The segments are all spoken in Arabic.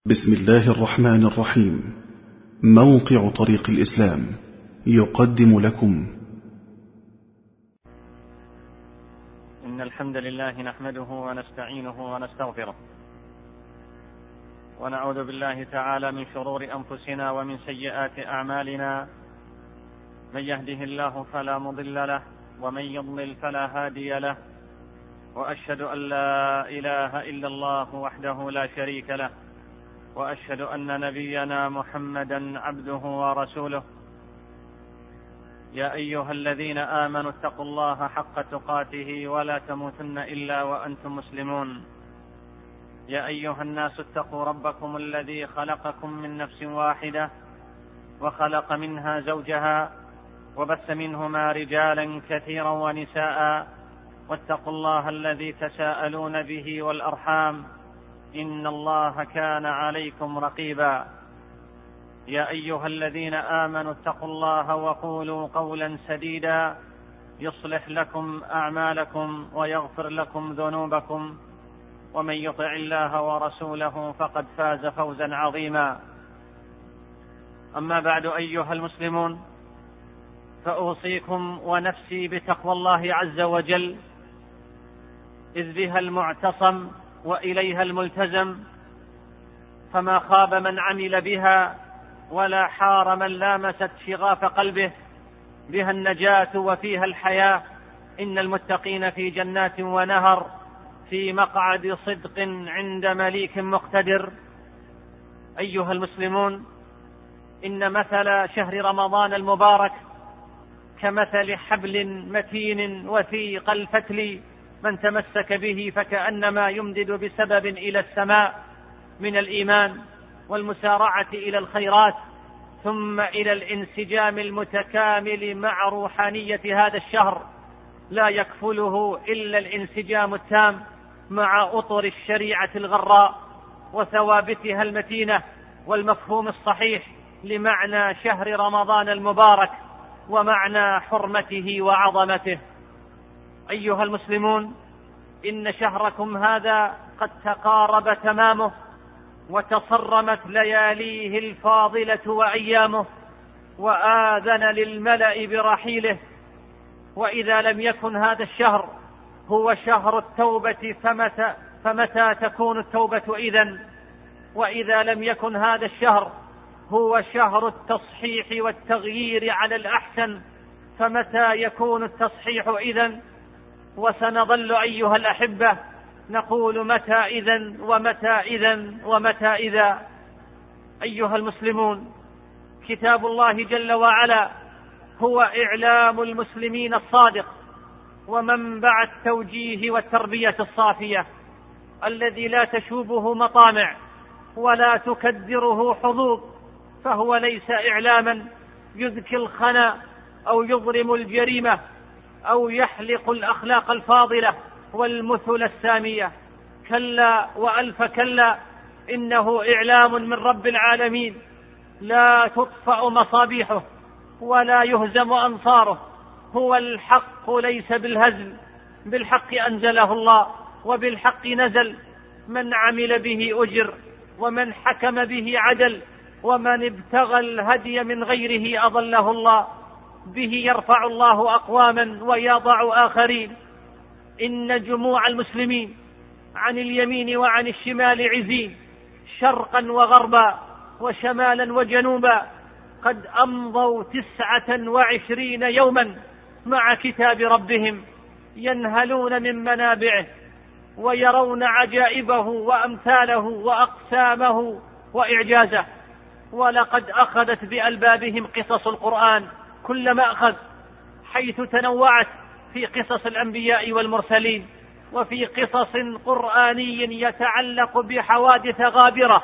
بسم الله الرحمن الرحيم. موقع طريق الإسلام يقدم لكم إن الحمد لله نحمده ونستعينه ونستغفره، ونعوذ بالله تعالى من شرور أنفسنا ومن سيئات أعمالنا. من يهده الله فلا مضل له، ومن يضلل فلا هادي له، وأشهد أن لا إله إلا الله وحده لا شريك له، وأشهد أن نبينا محمدا عبده ورسوله. يا أيها الذين آمنوا اتقوا الله حق تقاته ولا تموتن إلا وأنتم مسلمون. يا أيها الناس اتقوا ربكم الذي خلقكم من نفس واحدة، وخلق منها زوجها، وبث منهما رجالا كثيرا ونساء، واتقوا الله الذي تساءلون به والأرحام، إن الله كان عليكم رقيبا. يا أيها الذين آمنوا اتقوا الله وقولوا قولا سديدا يصلح لكم أعمالكم ويغفر لكم ذنوبكم، ومن يطع الله ورسوله فقد فاز فوزا عظيما. أما بعد، أيها المسلمون، فأوصيكم ونفسي بتقوى الله عز وجل، إذ بها المعتصم وإليها الملتزم، فما خاب من عمل بها ولا حار من لامست شغاف قلبه. بها النجاة وفيها الحياة. إن المتقين في جنات ونهر، في مقعد صدق عند مليك مقتدر. أيها المسلمون، إن مثل شهر رمضان المبارك كمثل حبل متين وثيق الفتل، من تمسك به فكأنما يمدد بسبب إلى السماء من الإيمان والمسارعة إلى الخيرات، ثم إلى الانسجام المتكامل مع روحانية هذا الشهر. لا يكفله إلا الانسجام التام مع أطر الشريعة الغراء وثوابتها المتينة، والمفهوم الصحيح لمعنى شهر رمضان المبارك ومعنى حرمته وعظمته. أيها المسلمون، إن شهركم هذا قد تقارب تمامه، وتصرمت لياليه الفاضلة وأيامه، وآذن للملأ برحيله. وإذا لم يكن هذا الشهر هو شهر التوبة فمتى تكون التوبة إذن؟ وإذا لم يكن هذا الشهر هو شهر التصحيح والتغيير على الأحسن، فمتى يكون التصحيح إذن؟ وسنظل أيها الأحبة نقول متى إذن ومتى إذن ومتى إذا. أيها المسلمون، كتاب الله جل وعلا هو إعلام المسلمين الصادق، ومنبع التوجيه والتربية الصافية، الذي لا تشوبه مطامع ولا تكدره حظوظ. فهو ليس إعلاما يذكي الخنا أو يظلم الجريمة أو يحلق الأخلاق الفاضلة والمثل السامية. كلا وألف كلا، إنه إعلام من رب العالمين لا تطفأ مصابيحه ولا يهزم أنصاره. هو الحق ليس بالهزل، بالحق أنزله الله وبالحق نزل. من عمل به أجر، ومن حكم به عدل، ومن ابتغى الهدي من غيره أضله الله. به يرفع الله أقواما ويضع آخرين. إن جموع المسلمين عن اليمين وعن الشمال عزين، شرقا وغربا وشمالا وجنوبا، قد أمضوا 29 يوما مع كتاب ربهم، ينهلون من منابعه ويرون عجائبه وأمثاله وأقسامه وإعجازه. ولقد أخذت بألبابهم قصص القرآن كل مأخذ، حيث تنوعت في قصص الأنبياء والمرسلين، وفي قصص قرآني يتعلق بحوادث غابرة،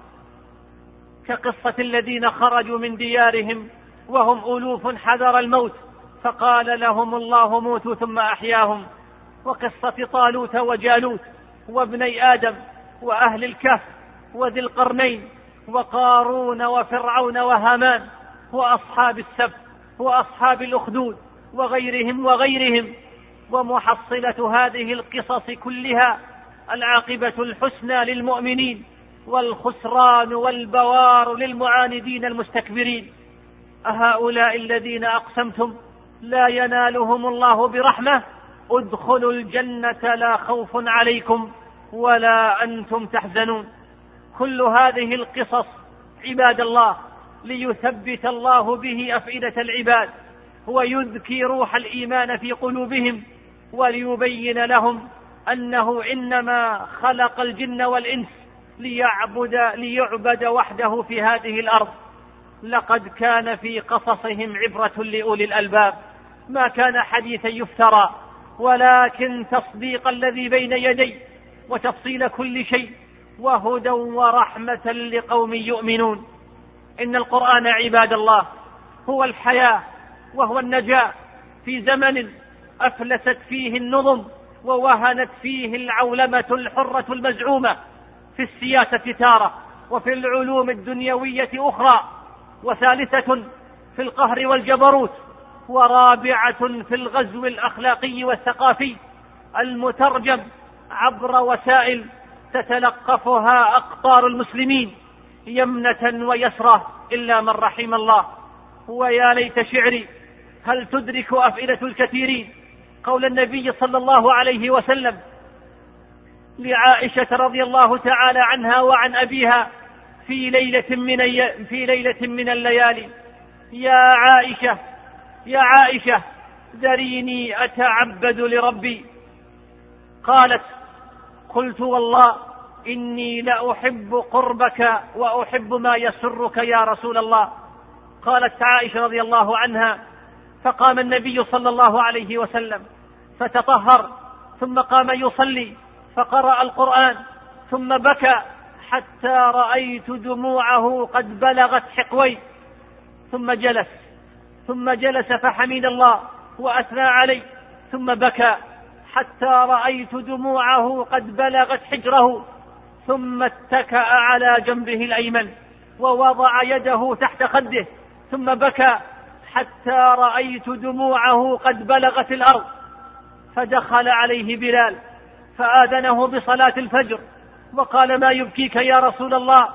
كقصة الذين خرجوا من ديارهم وهم ألوف حذر الموت فقال لهم الله موتوا ثم أحياهم، وقصة طالوت وجالوت وابني آدم وأهل الكهف وذي القرنين وقارون وفرعون وهامان وأصحاب السبت وأصحاب الأخدود وغيرهم. ومحصلة هذه القصص كلها العاقبة الحسنى للمؤمنين والخسران والبوار للمعاندين المستكبرين. أهؤلاء الذين أقسمتم لا ينالهم الله برحمة ادخلوا الجنة لا خوف عليكم ولا أنتم تحزنون. كل هذه القصص عباد الله ليثبت الله به أفئدة العباد ويذكي روح الإيمان في قلوبهم، وليبين لهم أنه إنما خلق الجن والإنس ليعبد وحده في هذه الأرض. لقد كان في قصصهم عبرة لأولي الألباب، ما كان حديثا يفترى، ولكن تصديق الذي بين يديه وتفصيل كل شيء وهدى ورحمة لقوم يؤمنون. إن القرآن عباد الله هو الحياة وهو النجاة في زمن أفلست فيه النظم ووهنت فيه العولمة الحرة المزعومة، في السياسة تارة وفي العلوم الدنيوية أخرى، وثالثة في القهر والجبروت، ورابعة في الغزو الأخلاقي والثقافي المترجم عبر وسائل تتلقفها أقطار المسلمين يمنة ويسرة إلا من رحم الله. ويا ليت شعري هل تدرك أفئدة الكثيرين قول النبي صلى الله عليه وسلم لعائشة رضي الله تعالى عنها وعن أبيها في ليلة من الليالي: يا عائشة ذريني أتعبد لربي. قالت: قلت والله إني لأحب قربك وأحب ما يسرك يا رسول الله. قالت عائشة رضي الله عنها: فقام النبي صلى الله عليه وسلم فتطهر ثم قام يصلي فقرأ القرآن ثم بكى حتى رأيت دموعه قد بلغت حقوي، ثم جلس فحمد الله وأثنى عليه ثم بكى حتى رأيت دموعه قد بلغت حجره، ثم اتكأ على جنبه الأيمن ووضع يده تحت خده ثم بكى حتى رأيت دموعه قد بلغت الأرض. فدخل عليه بلال فآذنه بصلاة الفجر وقال: ما يبكيك يا رسول الله؟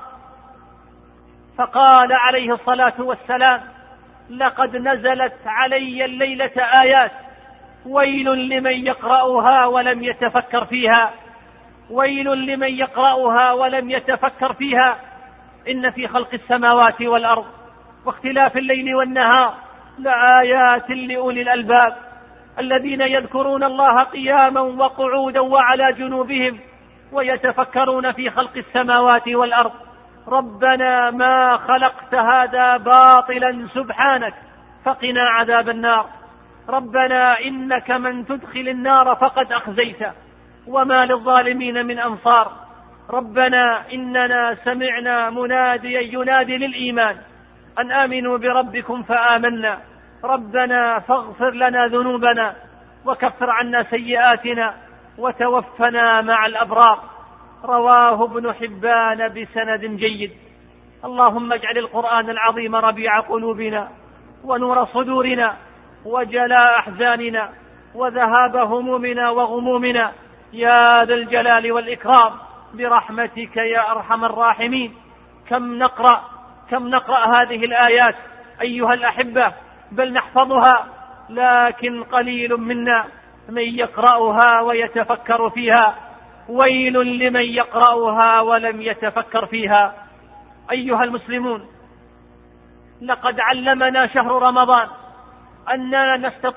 فقال عليه الصلاة والسلام: لقد نزلت علي الليلة آيات ويل لمن يقرأها ولم يتفكر فيها، ويل لمن يقرأها ولم يتفكر فيها. إن في خلق السماوات والأرض واختلاف الليل والنهار لآيات لأولي الألباب الذين يذكرون الله قياما وقعودا وعلى جنوبهم ويتفكرون في خلق السماوات والأرض. ربنا ما خلقت هذا باطلا سبحانك فقنا عذاب النار. ربنا إنك من تدخل النار فقد أخزيته وما للظالمين من أنصار. ربنا إننا سمعنا مناديا ينادي للإيمان أن آمنوا بربكم فآمنا. ربنا فاغفر لنا ذنوبنا وكفر عنا سيئاتنا وتوفنا مع الأبرار. رواه ابن حبان بسند جيد. اللهم اجعل القرآن العظيم ربيع قلوبنا ونور صدورنا وجلاء أحزاننا وذهاب همومنا وغمومنا يا ذا الجلال والإكرام برحمتك يا أرحم الراحمين. كم نقرأ هذه الآيات أيها الأحبة، بل نحفظها، لكن قليل منا من يقرأها ويتفكر فيها. ويل لمن يقرأها ولم يتفكر فيها. أيها المسلمون، لقد علمنا شهر رمضان أننا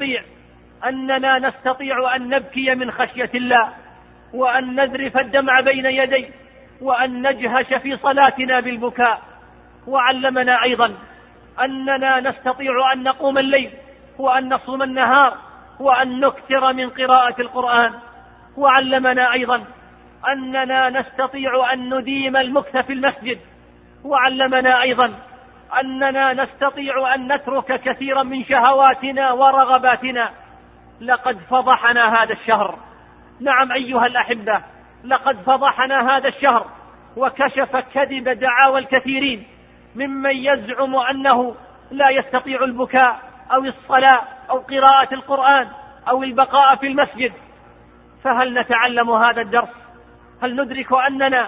نستطيع أن نبكي من خشية الله وأن نذرف الدمع بين يديه وأن نجهش في صلاتنا بالبكاء. وعلمنا أيضا أننا نستطيع أن نقوم الليل وأن نصوم النهار وأن نكثر من قراءة القرآن. وعلمنا أيضا أننا نستطيع أن نديم المكث في المسجد. وعلمنا أيضا أننا نستطيع أن نترك كثيرا من شهواتنا ورغباتنا. لقد فضحنا هذا الشهر. نعم أيها الأحبة، لقد فضحنا هذا الشهر وكشف كذب دعاوى الكثيرين ممن يزعم أنه لا يستطيع البكاء أو الصلاة أو قراءة القرآن أو البقاء في المسجد. فهل نتعلم هذا الدرس؟ هل ندرك أننا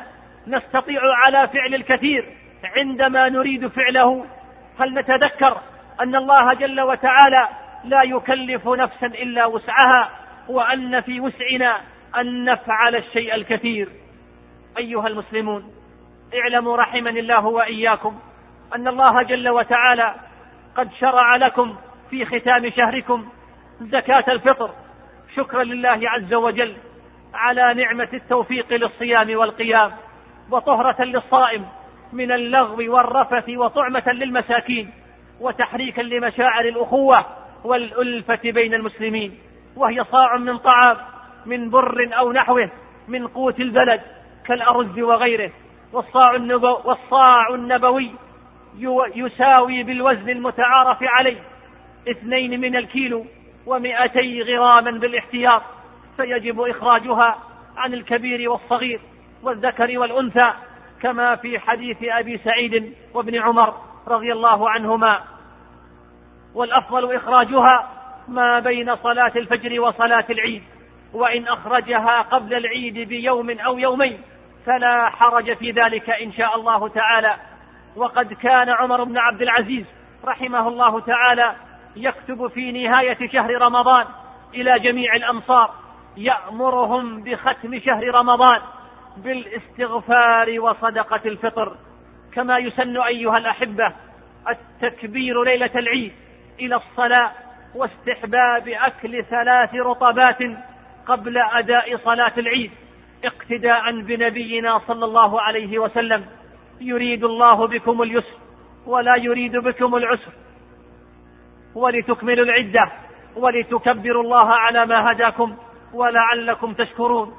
نستطيع على فعل الكثير عندما نريد فعله. هل نتذكر أن الله جل وتعالى لا يكلف نفسا إلا وسعها، وأن في وسعنا أن نفعل الشيء الكثير؟ أيها المسلمون، اعلموا رحمني الله وإياكم أن الله جل وتعالى قد شرع لكم في ختام شهركم زكاة الفطر، شكرا لله عز وجل على نعمة التوفيق للصيام والقيام، وطهرة للصائم من اللغو والرفث، وطعمة للمساكين، وتحريكا لمشاعر الأخوة والألفة بين المسلمين. وهي صاع من طعام من بر أو نحوه من قوت البلد كالأرز وغيره. والصاع النبوي يساوي بالوزن المتعارف عليه 2 من الكيلو و200 غراما بالاحتياط، فيجب إخراجها عن الكبير والصغير والذكر والأنثى، كما في حديث أبي سعيد وابن عمر رضي الله عنهما. والأفضل إخراجها ما بين صلاة الفجر وصلاة العيد، وإن أخرجها قبل العيد بيوم أو يومين فلا حرج في ذلك إن شاء الله تعالى. وقد كان عمر بن عبد العزيز رحمه الله تعالى يكتب في نهاية شهر رمضان إلى جميع الأمصار يأمرهم بختم شهر رمضان بالاستغفار وصدقة الفطر. كما يسن أيها الأحبة التكبير ليلة العيد إلى الصلاة، واستحباب أكل 3 رطبات قبل أداء صلاة العيد اقتداء بنبينا صلى الله عليه وسلم: يريد الله بكم اليسر ولا يريد بكم العسر، ولتكملوا العدة ولتكبروا الله على ما هداكم ولعلكم تشكرون.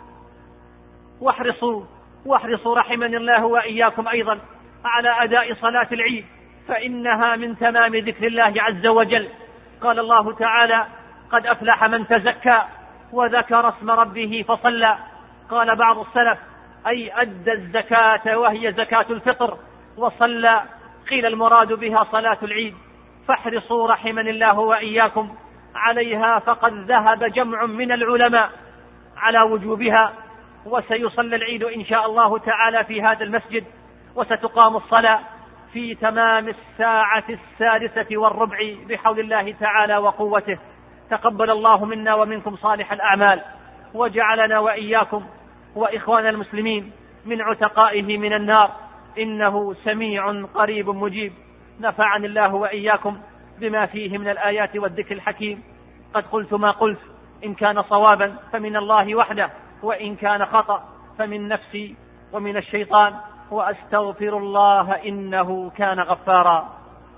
واحرصوا رحمني الله وإياكم أيضا على أداء صلاة العيد، فإنها من تمام ذكر الله عز وجل. قال الله تعالى: قد أفلح من تزكى وذكر اسم ربه فصلى. قال بعض السلف: أي أدى الزكاة وهي زكاة الفطر وصلى، قيل المراد بها صلاة العيد. فاحرصوا رحمني الله وإياكم عليها، فقد ذهب جمع من العلماء على وجوبها، وسيصلى العيد إن شاء الله تعالى في هذا المسجد، وستقام الصلاة في تمام 6:03 بحول الله تعالى وقوته. تقبل الله منا ومنكم صالح الأعمال، وجعلنا وإياكم وإخوان المسلمين من عتقائه من النار، إنه سميع قريب مجيب. نفعني الله وإياكم بما فيه من الآيات والذكر الحكيم. قد قلت ما قلت، إن كان صوابا فمن الله وحده، وإن كان خطأ فمن نفسي ومن الشيطان، وأستغفر الله إنه كان غفارا.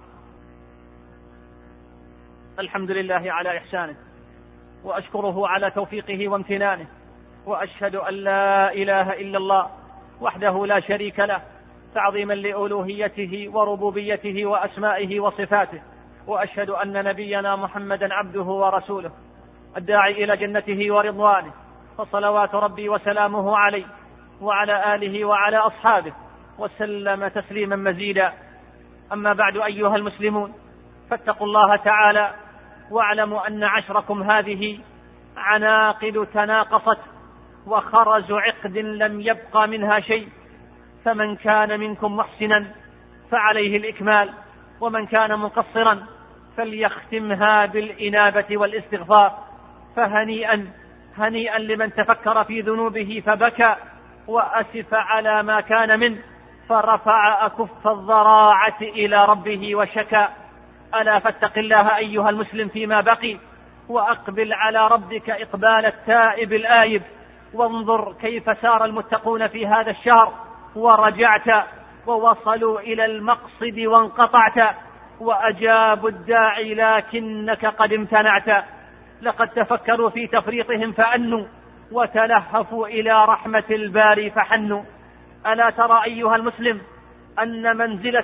الحمد لله على إحسانه، وأشكره على توفيقه وامتنانه، وأشهد أن لا إله إلا الله وحده لا شريك له، تعظيما لألوهيته وربوبيته وأسمائه وصفاته. وأشهد أن نبينا محمدا عبده ورسوله الداعي إلى جنته ورضوانه، فصلوات ربي وسلامه عليه وعلى آله وعلى أصحابه وسلم تسليما مزيدا. أما بعد، أيها المسلمون، فاتقوا الله تعالى، واعلموا أن عشركم هذه عناقد تناقصت، وخرز عقد لم يبق منها شيء. فمن كان منكم محسنا فعليه الإكمال، ومن كان مقصرا فليختمها بالإنابة والاستغفار. فهنيئا لمن تفكر في ذنوبه فبكى، وأسف على ما كان منه، فرفع أكف الضراعة إلى ربه وشكى. ألا فاتق الله أيها المسلم فيما بقي، وأقبل على ربك إقبال التائب الآيب، وانظر كيف سار المتقون في هذا الشهر، ورجعت ووصلوا إلى المقصد وانقطعت، وأجابوا الداعي لكنك قد امتنعت. لقد تفكروا في تفريطهم فأنوا، وتلهفوا إلى رحمة الباري فحنوا. ألا ترى أيها المسلم أن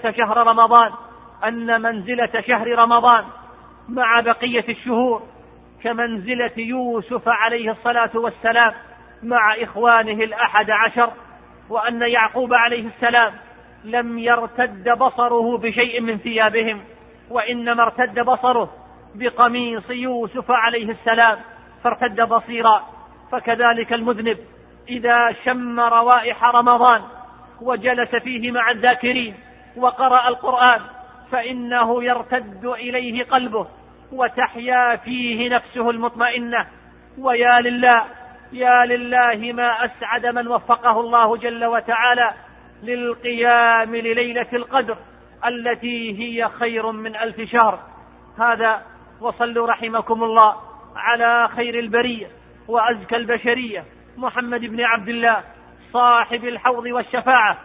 منزلة شهر رمضان مع بقية الشهور كمنزلة يوسف عليه الصلاة والسلام مع إخوانه 11، وأن يعقوب عليه السلام لم يرتد بصره بشيء من ثيابهم، وإنما ارتد بصره بقميص يوسف عليه السلام فارتد بصيرا. فكذلك المذنب إذا شم روائح رمضان وجلس فيه مع الذاكرين وقرأ القرآن فإنه يرتد إليه قلبه وتحيا فيه نفسه المطمئنة. ويا لله يا لله ما أسعد من وفقه الله جل وتعالى للقيام لليلة القدر التي هي خير من 1000 شهر. هذا وصلوا رحمكم الله على خير البرية وأزكى البشرية محمد بن عبد الله صاحب الحوض والشفاعة.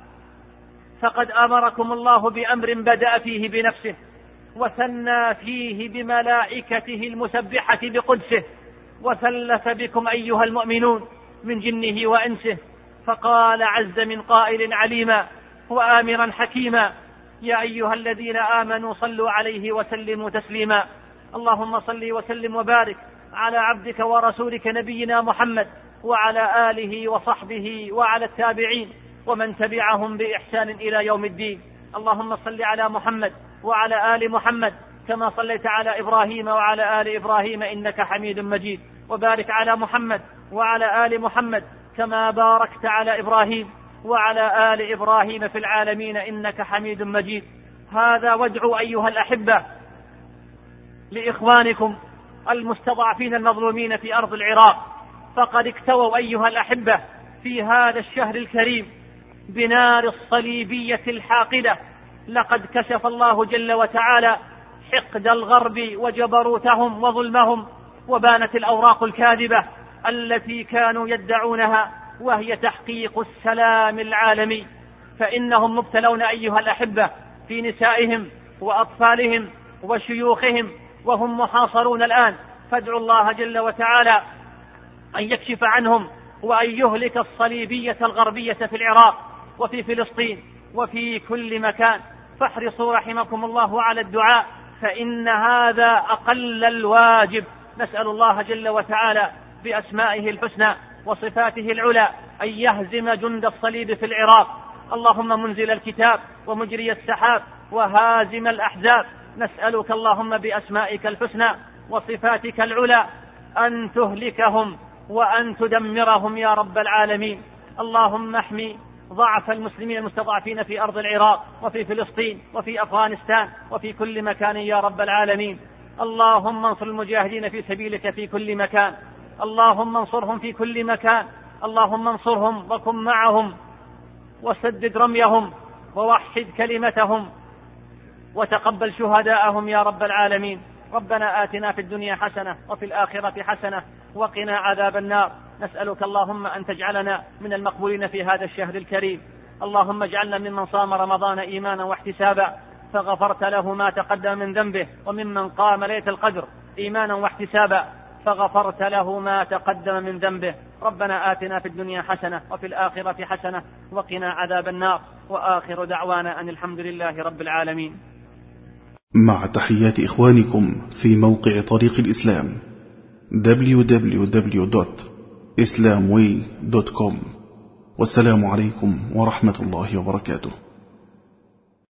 فقد أمركم الله بأمر بدأ فيه بنفسه وثنى فيه بملائكته المسبحة بقدسه، وثلث بكم أيها المؤمنون من جنه وإنسه، فقال عز من قائل عليما وآمرا حكيما: يا أيها الذين آمنوا صلوا عليه وسلموا تسليما. اللهم صل وسلم وبارك على عبدك ورسولك نبينا محمد وعلى آله وصحبه وعلى التابعين ومن تبعهم بإحسان إلى يوم الدين. اللهم صل على محمد وعلى آل محمد كما صليت على إبراهيم وعلى آل إبراهيم إنك حميد مجيد، وبارك على محمد وعلى آل محمد كما باركت على إبراهيم وعلى آل إبراهيم في العالمين إنك حميد مجيد. هذا وادعوا أيها الأحبة لإخوانكم المستضعفين المظلومين في أرض العراق، فقد اكتووا أيها الأحبة في هذا الشهر الكريم بنار الصليبية الحاقدة. لقد كشف الله جل وتعالى حقد الغرب وجبروتهم وظلمهم، وبانت الأوراق الكاذبة التي كانوا يدعونها وهي تحقيق السلام العالمي. فإنهم مبتلون أيها الأحبة في نسائهم وأطفالهم وشيوخهم وهم محاصرون الآن، فادعوا الله جل وتعالى أن يكشف عنهم وأن يهلك الصليبية الغربية في العراق وفي فلسطين وفي كل مكان. فاحرصوا رحمكم الله على الدعاء، فإن هذا أقل الواجب. نسأل الله جل وتعالى بأسمائه الحسنى وصفاته العلى أن يهزم جند الصليب في العراق. اللهم منزل الكتاب ومجري السحاب وهازم الأحزاب، نسألك اللهم بأسمائك الحسنى وصفاتك العلى أن تهلكهم وأن تدمرهم يا رب العالمين. اللهم احمي ضعف المسلمين المستضعفين في أرض العراق وفي فلسطين وفي أفغانستان وفي كل مكان يا رب العالمين. اللهم انصر المجاهدين في سبيلك في كل مكان، اللهم انصرهم في كل مكان، اللهم انصرهم وكن معهم وسدد رميهم ووحد كلمتهم وتقبل شهداءهم يا رب العالمين. ربنا آتنا في الدنيا حسنة وفي الآخرة حسنة وقنا عذاب النار. نسألك اللهم أن تجعلنا من المقبولين في هذا الشهر الكريم. اللهم اجعلنا ممن صام رمضان إيمانا واحتسابا فغفرت له ما تقدم من ذنبه، وممن قام ليلة القدر إيمانا واحتسابا فغفرت له ما تقدم من ذنبه. ربنا آتنا في الدنيا حسنة وفي الآخرة حسنة وقنا عذاب النار. وآخر دعوانا أن الحمد لله رب العالمين. مع تحيات إخوانكم في موقع طريق الإسلام www.islamway.com. والسلام عليكم ورحمة الله وبركاته.